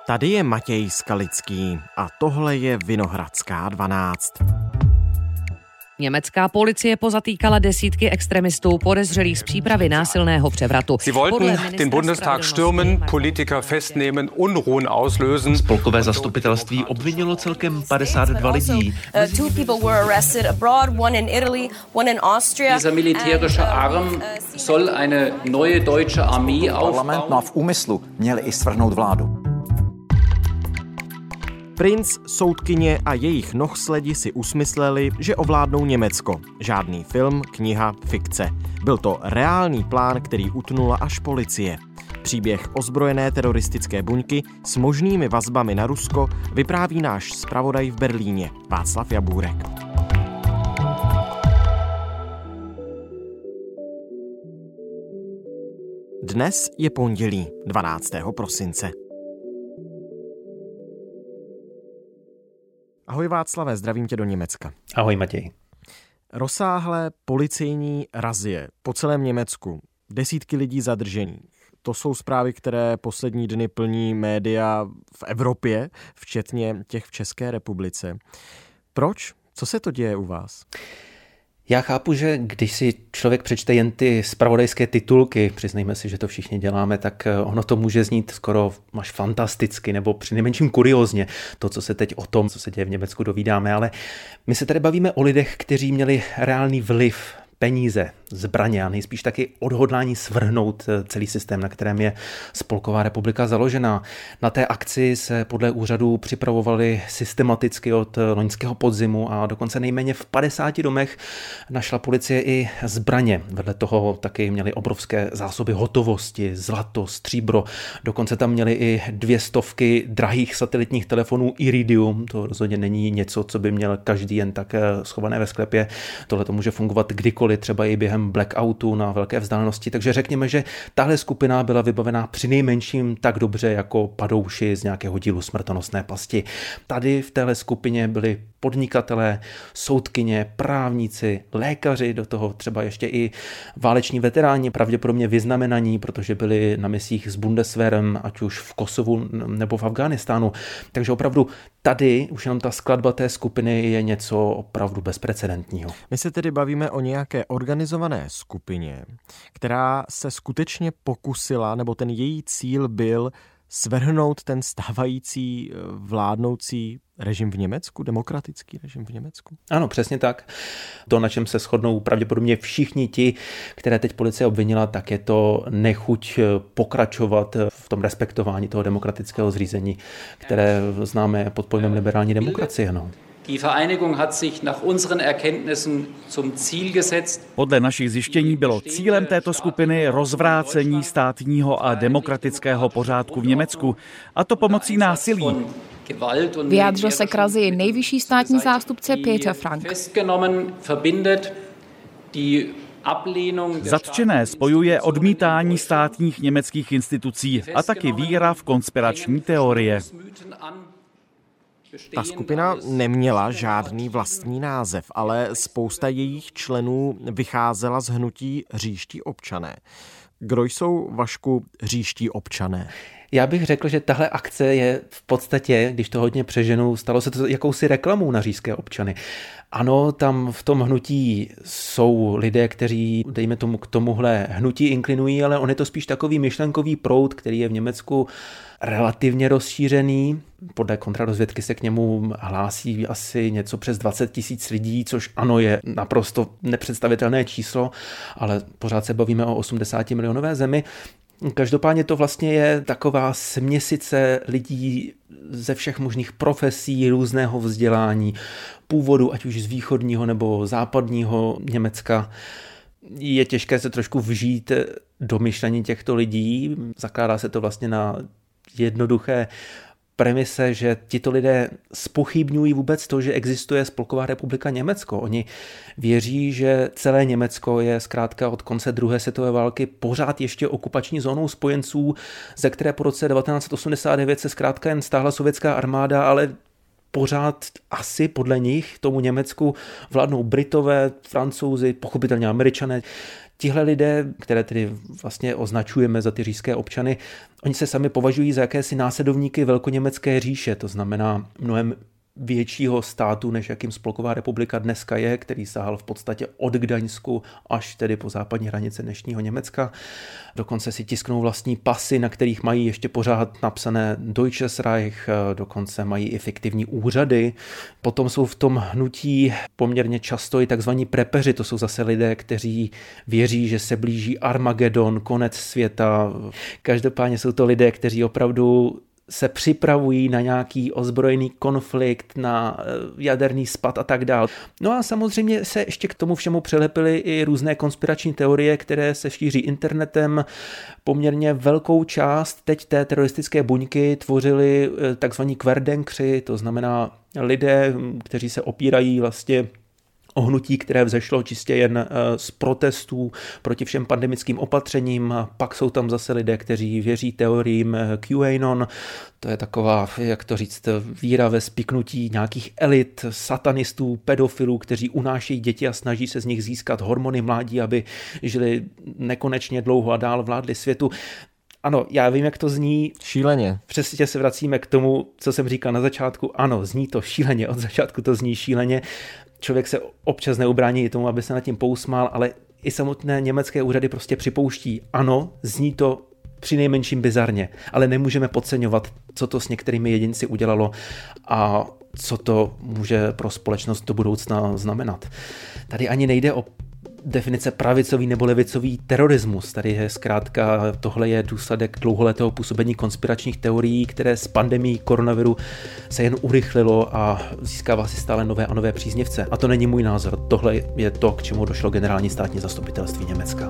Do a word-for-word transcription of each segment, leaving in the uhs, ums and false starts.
Tady je Matěj Skalický a tohle je Vinohradská dvanáct. Německá policie pozatýkala desítky extremistů podezřelých z přípravy násilného převratu. Sie wollten den Bundestag stürmen, Politiker festnehmen, Unruhen auslösen. Spolkové zastupitelství obvinilo celkem padesát dva lidí. Two people were arrested abroad, one in Italy, one in Austria. Dieser militärische Arm soll eine neue deutsche Armee aufbauen. Parlament má v úmyslu měli i svrhnout vládu. Princ, soudkyně a jejich nohsledi si usmysleli, že ovládnou Německo. Žádný film, kniha, fikce. Byl to reálný plán, který utnula až policie. Příběh ozbrojené teroristické buňky s možnými vazbami na Rusko vypráví náš zpravodaj v Berlíně, Václav Jabůrek. Dnes je pondělí, dvanáctého prosince. Ahoj Václave, zdravím tě do Německa. Ahoj Matěj. Rozsáhlé policejní razie po celém Německu, desítky lidí zadržených. To jsou zprávy, které poslední dny plní média v Evropě, včetně těch v České republice. Proč? Co se to děje u vás? Já chápu, že když si člověk přečte jen ty zpravodajské titulky, přiznejme si, že to všichni děláme, tak ono to může znít skoro až fantasticky nebo přinejmenším kuriózně, to, co se teď o tom, co se děje v Německu, dovídáme, ale my se tady bavíme o lidech, kteří měli reálný vliv, peníze, zbraně a nejspíš taky odhodlání svrhnout celý systém, na kterém je Spolková republika založená. Na té akci se podle úřadů připravovali systematicky od loňského podzimu a dokonce nejméně v padesáti domech našla policie i zbraně. Vedle toho taky měli obrovské zásoby hotovosti, zlato, stříbro. Dokonce tam měli i dvě stovky drahých satelitních telefonů Iridium. To rozhodně není něco, co by měl každý jen tak schované ve sklepě. Tohle to může fungovat kdykoliv, třeba i během blackoutu na velké vzdálenosti. Takže řekněme, že tahle skupina byla vybavená přinejmenším tak dobře jako padouši z nějakého dílu Smrtonosné pasti. Tady v téhle skupině byli podnikatelé, soudkyně, právníci, lékaři, do toho třeba ještě i váleční veteráni, pravděpodobně vyznamenaní, protože byli na misích s Bundeswehrem, ať už v Kosovu nebo v Afghánistánu. Takže opravdu tady už jenom ta skladba té skupiny je něco opravdu bezprecedentního. My se tedy bavíme o nějaké organizované skupině, která se skutečně pokusila, nebo ten její cíl byl svrhnout ten stávající vládnoucí režim v Německu, demokratický režim v Německu. Ano, přesně tak. To, na čem se shodnou pravděpodobně všichni ti, které teď policie obvinila, tak je to nechuť pokračovat v tom respektování toho demokratického zřízení, které známe pod pojmem liberální demokracie. No. Die Vereinigung hat sich nach unseren Erkenntnissen zum Ziel gesetzt. Podle našich zjištění bylo cílem této skupiny rozvrácení státního a demokratického pořádku v Německu, a to pomocí násilí. Vyjádřil se k razii nejvyšší státní zástupce Peter Frank. Zatčené spojuje odmítání státních německých institucí a taky víra v konspirační teorie. Ta skupina neměla žádný vlastní název, ale spousta jejich členů vycházela z hnutí Hříští občané. Kdo jsou, Vašku, hříští občané? Já bych řekl, že tahle akce je v podstatě, když to hodně přeženu, stalo se to jakousi reklamou na říšské občany. Ano, tam v tom hnutí jsou lidé, kteří, dejme tomu, k tomuhle hnutí inklinují, ale on je to spíš takový myšlenkový proud, který je v Německu relativně rozšířený. Podle kontrarozvědky se k němu hlásí asi něco přes dvacet tisíc lidí, což ano, je naprosto nepředstavitelné číslo, ale pořád se bavíme o osmdesátimilionové zemi. Každopádně to vlastně je taková směsice lidí ze všech možných profesí, různého vzdělání, původu, ať už z východního nebo západního Německa. Je těžké se trošku vžít do myšlení těchto lidí. Zakládá se to vlastně na jednoduché premise, že tito lidé zpochybňují vůbec to, že existuje Spolková republika Německo. Oni věří, že celé Německo je zkrátka od konce druhé světové války pořád ještě okupační zónou spojenců, ze které po roce devatenáct set osmdesát devět se zkrátka jen stáhla sovětská armáda, ale pořád asi podle nich tomu Německu vládnou Britové, Francouzi, pochopitelně Američané. Tihle lidé, které tedy vlastně označujeme za ty říšské občany, oni se sami považují za jakési následovníky velkoněmecké říše, to znamená mnohem většího státu, než jakým Spolková republika dneska je, který sahal v podstatě od Gdaňsku až tedy po západní hranice dnešního Německa. Dokonce si tisknou vlastní pasy, na kterých mají ještě pořád napsané Deutsches Reich, dokonce mají i fiktivní úřady. Potom jsou v tom hnutí poměrně často i takzvaní prepeři, to jsou zase lidé, kteří věří, že se blíží Armagedon, konec světa. Každopádně jsou to lidé, kteří opravdu se připravují na nějaký ozbrojený konflikt, na jaderný spad a tak dál. No a samozřejmě se ještě k tomu všemu přilepily i různé konspirační teorie, které se šíří internetem. Poměrně velkou část teď té teroristické buňky tvořili takzvaní kverdenkři, to znamená lidé, kteří se opírají vlastně o hnutí, které vzešlo čistě jen z protestů proti všem pandemickým opatřením. Pak jsou tam zase lidé, kteří věří teoriím QAnon. To je taková, jak to říct, víra ve spiknutí nějakých elit, satanistů, pedofilů, kteří unášejí děti a snaží se z nich získat hormony mládí, aby žili nekonečně dlouho a dál vládli světu. Ano, já vím, jak to zní. Šíleně. Přesně se vracíme k tomu, co jsem říkal na začátku. Ano, zní to šíleně, od začátku to zní šíleně. Člověk se občas neubrání i tomu, aby se nad tím pousmál, ale i samotné německé úřady prostě připouští. Ano, zní to přinejmenším bizarně, ale nemůžeme podceňovat, co to s některými jedinci udělalo a co to může pro společnost do budoucna znamenat. Tady ani nejde o definice pravicový nebo levicový terorismus. Tady je zkrátka, tohle je důsledek dlouholetého působení konspiračních teorií, které s pandemií koronaviru se jen urychlilo a získává si stále nové a nové příznivce. A to není můj názor. Tohle je to, k čemu došlo generální státní zastupitelství Německa.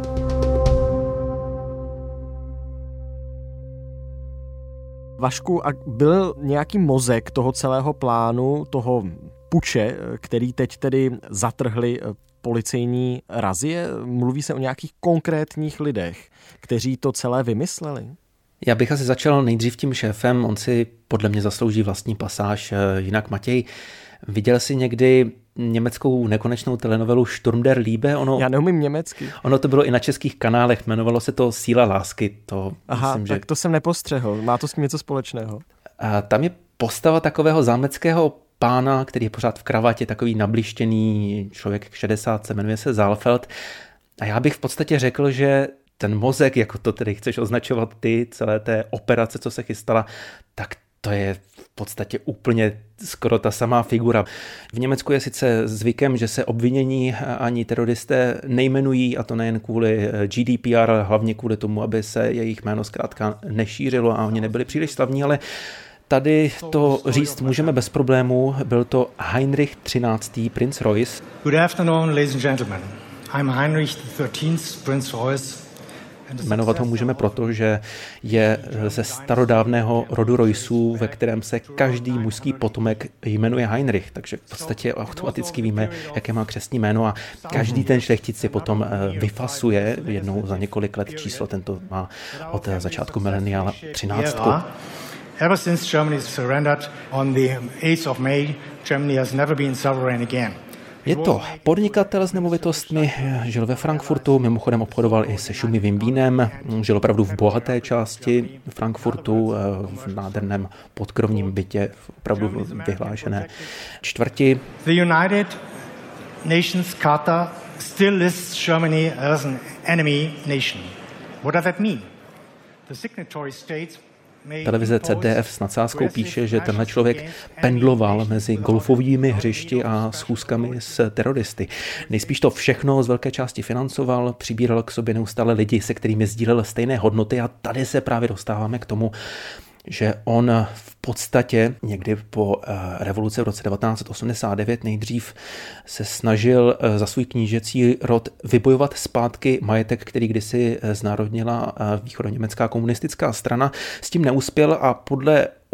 Vašku, a byl nějaký mozek toho celého plánu, toho puče, který teď tedy zatrhli policejní razie? Mluví se o nějakých konkrétních lidech, kteří to celé vymysleli? Já bych asi začal nejdřív tím šéfem, on si podle mě zaslouží vlastní pasáž. Jinak Matěj, viděl jsi někdy německou nekonečnou telenovelu Sturm der Liebe? Ono, Já neumím německy. Ono to bylo i na českých kanálech, jmenovalo se to Síla lásky. To Aha, myslím, tak že... to jsem nepostřehl. Má to s tím něco společného? A tam je postava takového zámeckého pána, který je pořád v kravatě, takový nablištěný člověk k šedesátce, jmenuje se Saalfeld. A já bych v podstatě řekl, že ten mozek, jako to tedy chceš označovat ty, celé té operace, co se chystala, tak to je v podstatě úplně skoro ta samá figura. V Německu je sice zvykem, že se obvinění ani teroristé nejmenují, a to nejen kvůli G D P R, ale hlavně kvůli tomu, aby se jejich jméno zkrátka nešířilo a oni nebyli příliš slavní, ale tady to říct můžeme bez problému. Byl to Heinrich třináctý. Prince Royce. Good afternoon, ladies and gentlemen. I'm Heinrich the thirteenth. Prince Royce. Jmenovat ho můžeme proto, že je ze starodávného rodu Royceů, ve kterém se každý mužský potomek jmenuje Heinrich, takže v podstatě automaticky víme, jaké má křestní jméno a každý ten šlechtic si potom vyfasuje jednou za několik let číslo, tento má od začátku mileniála třináctku. Ever since Germany surrendered on the eighth of May, Germany has never been sovereign again. Je to podnikatel s nemovitostmi, žil ve Frankfurtu, mimochodem obchodoval i se šumivým vínem, žil opravdu v bohaté části Frankfurtu, v nádherném podkrovním bytě, v opravdu vyhlášené čtvrti. The United Nations Charter still lists Germany as an enemy nation. What does that mean? The signatory states. Televize C D F s nadsázkou píše, že tenhle člověk pendloval mezi golfovými hřišti a schůzkami s teroristy. Nejspíš to všechno z velké části financoval, přibíral k sobě neustále lidi, se kterými sdílel stejné hodnoty a tady se právě dostáváme k tomu, že on v podstatě někdy po revoluci v roce devatenáct set osmdesát devět nejdřív se snažil za svůj knížecí rod vybojovat zpátky majetek, který kdysi znárodnila východoněmecká komunistická strana. S tím neuspěl a podle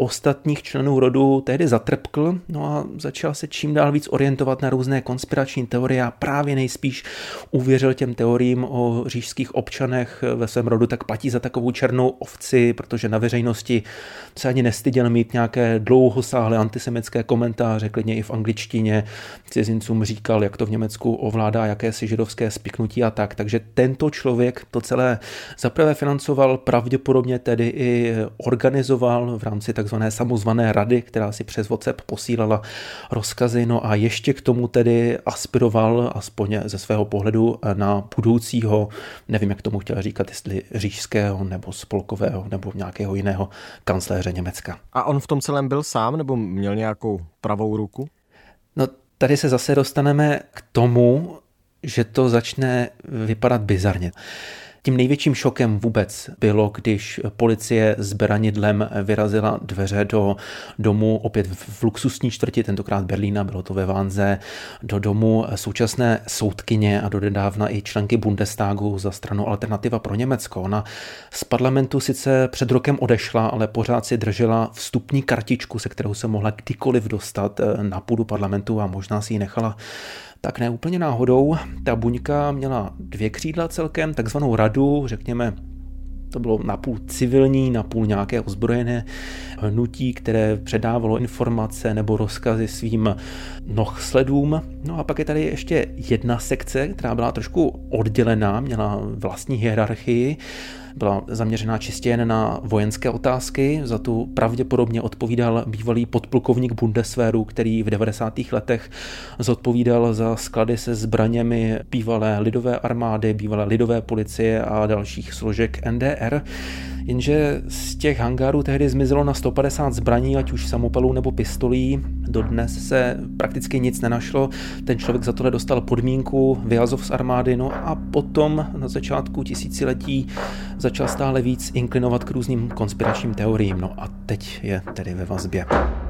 ostatních členů rodu tehdy zatrpkl, no a začal se čím dál víc orientovat na různé konspirační teorie a právě nejspíš uvěřil těm teoriím o říšských občanech ve svém rodu, tak platí za takovou černou ovci, protože na veřejnosti se ani nestyděl mít nějaké dlouhosáhlé antisemitské komentáře, klidně i v angličtině. Cizincům říkal, jak to v Německu ovládá jakési židovské spiknutí a tak. Takže tento člověk to celé zaprvé financoval, pravděpodobně tedy i organizoval v rámci takzvané samozvané rady, která si přes WhatsApp posílala rozkazy, no a ještě k tomu tedy aspiroval, aspoň ze svého pohledu, na budoucího, nevím, jak tomu chtěl říkat, jestli říšského nebo spolkového nebo nějakého jiného kancléře Německa. A on v tom celém byl sám nebo měl nějakou pravou ruku? No tady se zase dostaneme k tomu, že to začne vypadat bizarně. Tím největším šokem vůbec bylo, když policie s beranidlem vyrazila dveře do domu, opět v luxusní čtvrti, tentokrát Berlína, bylo to ve Wannsee, do domu současné soudkyně a donedávna i členky Bundestagu za stranu Alternativa pro Německo. Ona z parlamentu sice před rokem odešla, ale pořád si držela vstupní kartičku, se kterou se mohla kdykoliv dostat na půdu parlamentu a možná si ji nechala tak ne úplně náhodou. Ta buňka měla dvě křídla celkem, takzvanou radu, řekněme, to bylo napůl civilní, napůl nějaké ozbrojené hnutí, které předávalo informace nebo rozkazy svým nohsledům. No a pak je tady ještě jedna sekce, která byla trošku oddělená, měla vlastní hierarchii, byla zaměřená čistě jen na vojenské otázky. Za tu pravděpodobně odpovídal bývalý podplukovník Bundeswehru, který v devadesátých letech zodpovídal za sklady se zbraněmi bývalé lidové armády, bývalé lidové policie a dalších složek N D R. Jenže z těch hangárů tehdy zmizelo na sto padesát zbraní, ať už samopalů nebo pistolí. Dodnes se prakticky nic nenašlo. Ten člověk za tohle dostal podmínku, vyhazov z armády, no a potom na začátku tisíciletí začal stále víc inklinovat k různým konspiračním teoriím. No a teď je tedy ve vazbě.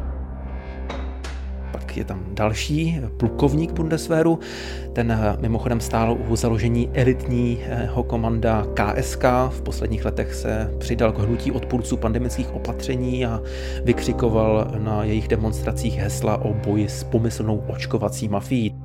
Pak je tam další plukovník Bundeswehru, ten mimochodem stál u založení elitního komanda K S K. V posledních letech se přidal k hnutí odpůrců pandemických opatření a vykřikoval na jejich demonstracích hesla o boji s pomyslnou očkovací mafií.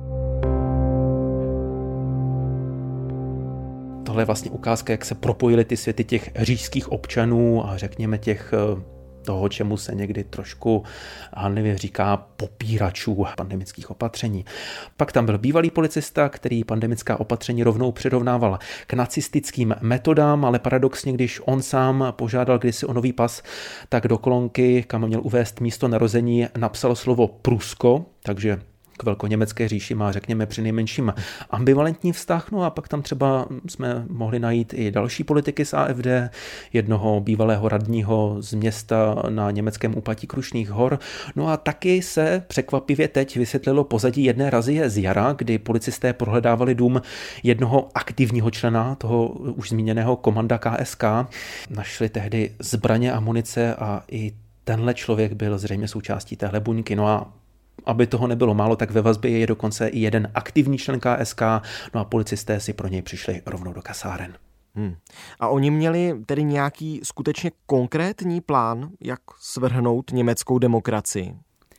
Tohle je vlastně ukázka, jak se propojily ty světy těch říšských občanů a řekněme těch toho, čemu se někdy trošku hanlivě říká popíračů pandemických opatření. Pak tam byl bývalý policista, který pandemická opatření rovnou přirovnával k nacistickým metodám, ale paradoxně, když on sám požádal kdysi o nový pas, tak do kolonky, kam měl uvést místo narození, napsal slovo Prusko, takže k velkoněmecké říši má, řekněme, přinejmenším ambivalentní vztah. No a pak tam třeba jsme mohli najít i další politiky z A F D, jednoho bývalého radního z města na německém úpatí Krušných hor. No a taky se překvapivě teď vysvětlilo pozadí jedné razie z jara, kdy policisté prohledávali dům jednoho aktivního člena toho už zmíněného komanda K S K. Našli tehdy zbraně a munice a i tenhle člověk byl zřejmě součástí téhle buňky. No a aby toho nebylo málo, tak ve vazbě je dokonce i jeden aktivní člen K S K, no a policisté si pro něj přišli rovnou do kasáren. Hmm. A oni měli tedy nějaký skutečně konkrétní plán, jak svrhnout německou demokracii?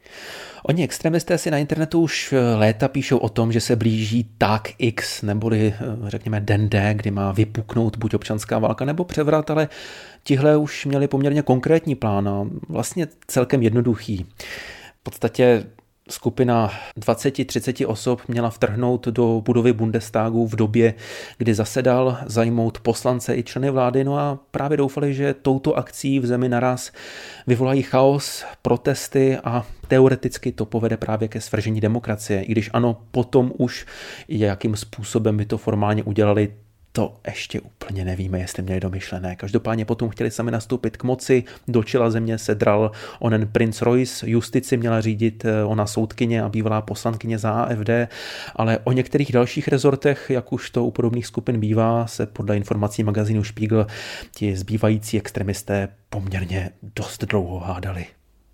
Oni extremisté si na internetu už léta píšou o tom, že se blíží Tag X, neboli řekněme den D, kdy má vypuknout buď občanská válka nebo převrat, ale tihle už měli poměrně konkrétní plán a vlastně celkem jednoduchý. V podstatě skupina dvacet třicet osob měla vtrhnout do budovy Bundestagu v době, kdy zasedal, zajmout poslance i členy vlády, no a právě doufali, že touto akcí v zemi naraz vyvolají chaos, protesty a teoreticky to povede právě ke svržení demokracie. I když ano, potom už jakým způsobem by to formálně udělali, to ještě úplně nevíme, jestli měli domyšlené. Každopádně potom chtěli sami nastoupit k moci, do čela země se dral onen princ Royce, justici měla řídit ona soudkyně a bývalá poslankyně za A F D, ale o některých dalších rezortech, jak už to u podobných skupin bývá, se podle informací magazínu Spiegel ti zbývající extremisté poměrně dost dlouho hádali.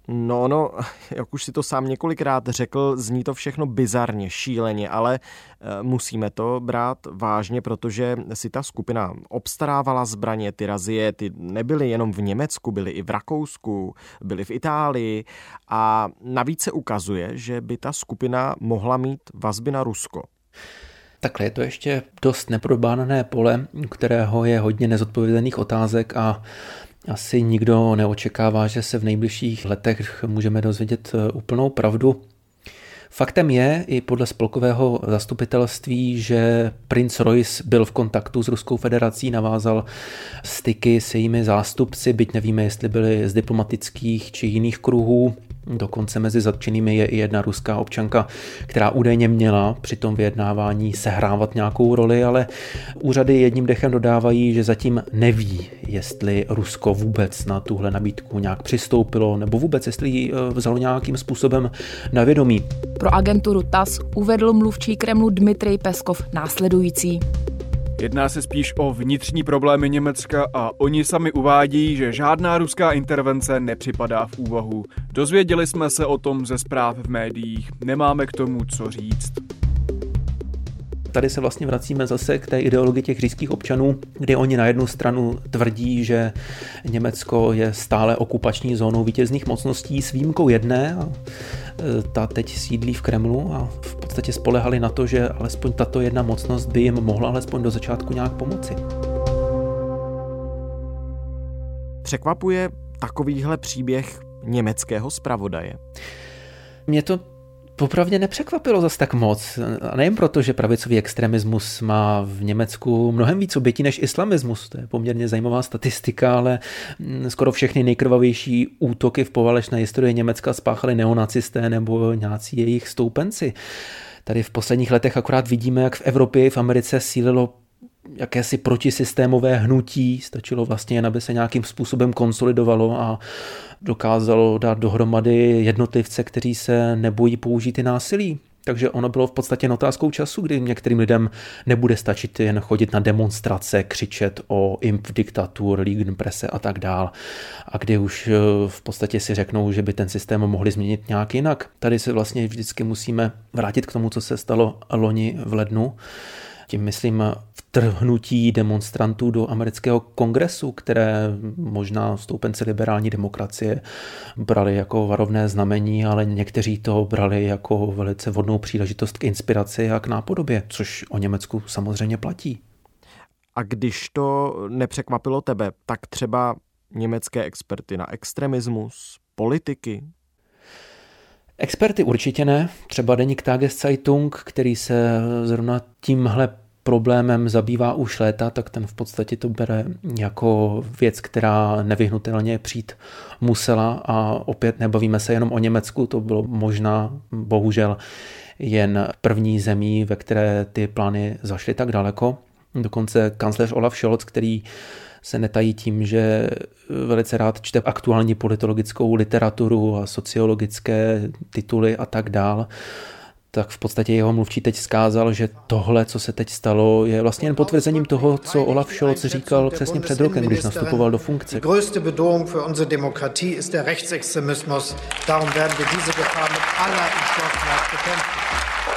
No, no, jak už si to sám několikrát řekl, zní to všechno bizarně, šíleně, ale musíme to brát vážně, protože si ta skupina obstarávala zbraně, ty razie, ty nebyly jenom v Německu, byly i v Rakousku, byly v Itálii a navíc se ukazuje, že by ta skupina mohla mít vazby na Rusko. Takhle je to ještě dost neprobádané pole, kterého je hodně nezodpovězených otázek a asi nikdo neočekává, že se v nejbližších letech můžeme dozvědět úplnou pravdu. Faktem je i podle spolkového zastupitelství, že princ Royce byl v kontaktu s Ruskou federací, navázal styky s jejími zástupci, byť nevíme, jestli byly z diplomatických či jiných kruhů. Dokonce mezi zatčenými je i jedna ruská občanka, která údajně měla při tom vyjednávání sehrávat nějakou roli, ale úřady jedním dechem dodávají, že zatím neví, jestli Rusko vůbec na tuhle nabídku nějak přistoupilo, nebo vůbec jestli ji vzalo nějakým způsobem na vědomí. Pro agenturu T A S uvedl mluvčí Kremlu Dmitrij Peskov následující. Jedná se spíš o vnitřní problémy Německa a oni sami uvádí, že žádná ruská intervence nepřipadá v úvahu. Dozvěděli jsme se o tom ze zpráv v médiích, nemáme k tomu co říct. Tady se vlastně vracíme zase k té ideologii těch říšských občanů, kdy oni na jednu stranu tvrdí, že Německo je stále okupační zónou vítězných mocností s výjimkou jedné, a ta teď sídlí v Kremlu a v podstatě spolehali na to, že alespoň tato jedna mocnost by jim mohla alespoň do začátku nějak pomoci. Překvapuje takovýhle příběh německého zpravodaje? Mě to popravdě nepřekvapilo zas tak moc. A nejen proto, že pravicový extremismus má v Německu mnohem víc obětí než islamismus. To je poměrně zajímavá statistika, ale skoro všechny nejkrvavější útoky v poválečné historii Německa spáchali neonacisté nebo nějací jejich stoupenci. Tady v posledních letech akorát vidíme, jak v Evropě i v Americe sílilo jakési protisystémové hnutí, stačilo vlastně jen, aby se nějakým způsobem konsolidovalo a dokázalo dát dohromady jednotlivce, kteří se nebojí použít i násilí. Takže ono bylo v podstatě otázkou času, kdy některým lidem nebude stačit jen chodit na demonstrace, křičet o Impfdiktatur, Lügenpresse a tak dál. A kdy už v podstatě si řeknou, že by ten systém mohli změnit nějak jinak. Tady se vlastně vždycky musíme vrátit k tomu, co se stalo loni v lednu. Tím myslím vtrhnutí demonstrantů do amerického kongresu, které možná stoupenci liberální demokracie brali jako varovné znamení, ale někteří to brali jako velice vhodnou příležitost k inspiraci a k nápodobě, což o Německu samozřejmě platí. A když to nepřekvapilo tebe, tak třeba německé experty na extremismus, politiky? Experty určitě ne. Třeba deník Tageszeitung, který se zrovna tímhle problémem zabývá už léta, tak ten v podstatě to bere jako věc, která nevyhnutelně přijít musela a opět nebavíme se jenom o Německu, to bylo možná bohužel jen první zemí, ve které ty plány zašly tak daleko. Dokonce kancléř Olaf Scholz, který se netají tím, že velice rád čte aktuální politologickou literaturu a sociologické tituly a tak dál, tak v podstatě jeho mluvčí teď vzkázal, že tohle, co se teď stalo, je vlastně jen potvrzením toho, co Olaf Scholz říkal přesně před rokem, když nastupoval do funkce. Die größte Bedrohung für unsere Demokratie ist der Rechtsextremismus. Darum werden wir diese Gefahr mit aller Entschlossenheit bekämpfen.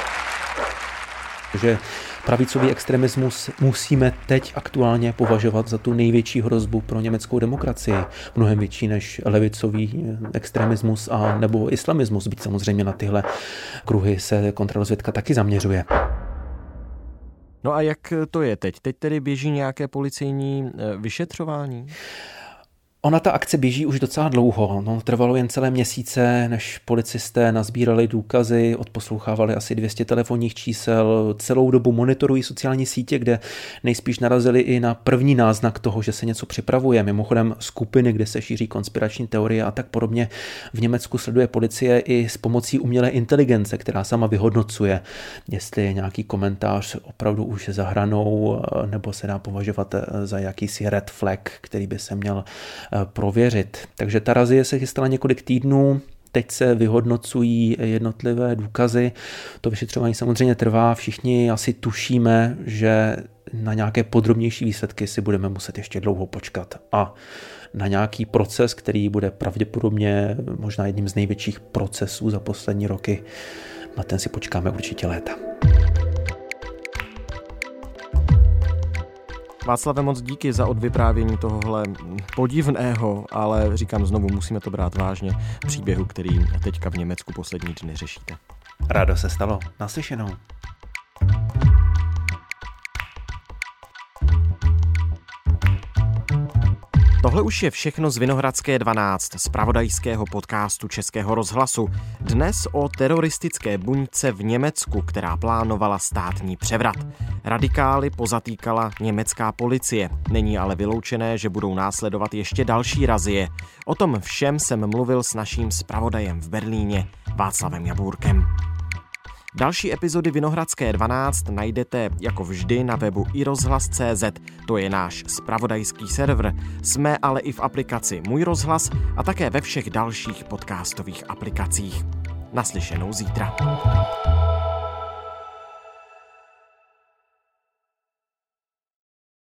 Že pravicový extremismus musíme teď aktuálně považovat za tu největší hrozbu pro německou demokracii. Mnohem větší než levicový extremismus a nebo islamismus, byť samozřejmě na tyhle kruhy se kontrarozvědka taky zaměřuje. No a jak to je teď? Teď tedy běží nějaké policejní vyšetřování? Ona ta akce běží už docela dlouho. No, trvalo jen celé měsíce, než policisté nazbírali důkazy, odposlouchávali asi dvě stě telefonních čísel, celou dobu monitorují sociální sítě, kde nejspíš narazili i na první náznak toho, že se něco připravuje. Mimochodem skupiny, kde se šíří konspirační teorie a tak podobně. V Německu sleduje policie i s pomocí umělé inteligence, která sama vyhodnocuje, jestli je nějaký komentář opravdu už za hranou, nebo se dá považovat za jakýsi red flag, který by se měl prověřit. Takže ta razie se chystala několik týdnů, Teď se vyhodnocují jednotlivé důkazy. To vyšetřování samozřejmě trvá. Všichni asi tušíme, že na nějaké podrobnější výsledky si budeme muset ještě dlouho počkat. A na nějaký proces, který bude pravděpodobně možná jedním z největších procesů za poslední roky, na ten si počkáme určitě léta. Václave, moc díky za odvyprávění tohohle podivného, ale říkám znovu, musíme to brát vážně, příběhu, který teďka v Německu poslední dny řešíte. Rádo se stalo. Naslyšenou. Tohle už je všechno z Vinohradské dvanáct, zpravodajského podcastu Českého rozhlasu. Dnes o teroristické buňce v Německu, která plánovala státní převrat. Radikály pozatýkala německá policie. Není ale vyloučené, že budou následovat ještě další razie. O tom všem jsem mluvil s naším zpravodajem v Berlíně, Václavem Jabůrkem. Další epizody Vinohradské dvanáct najdete jako vždy na webu i rozhlas tečka cé zet, to je náš zpravodajský server. Jsme ale i v aplikaci Můj rozhlas a také ve všech dalších podcastových aplikacích. Naslyšenou zítra.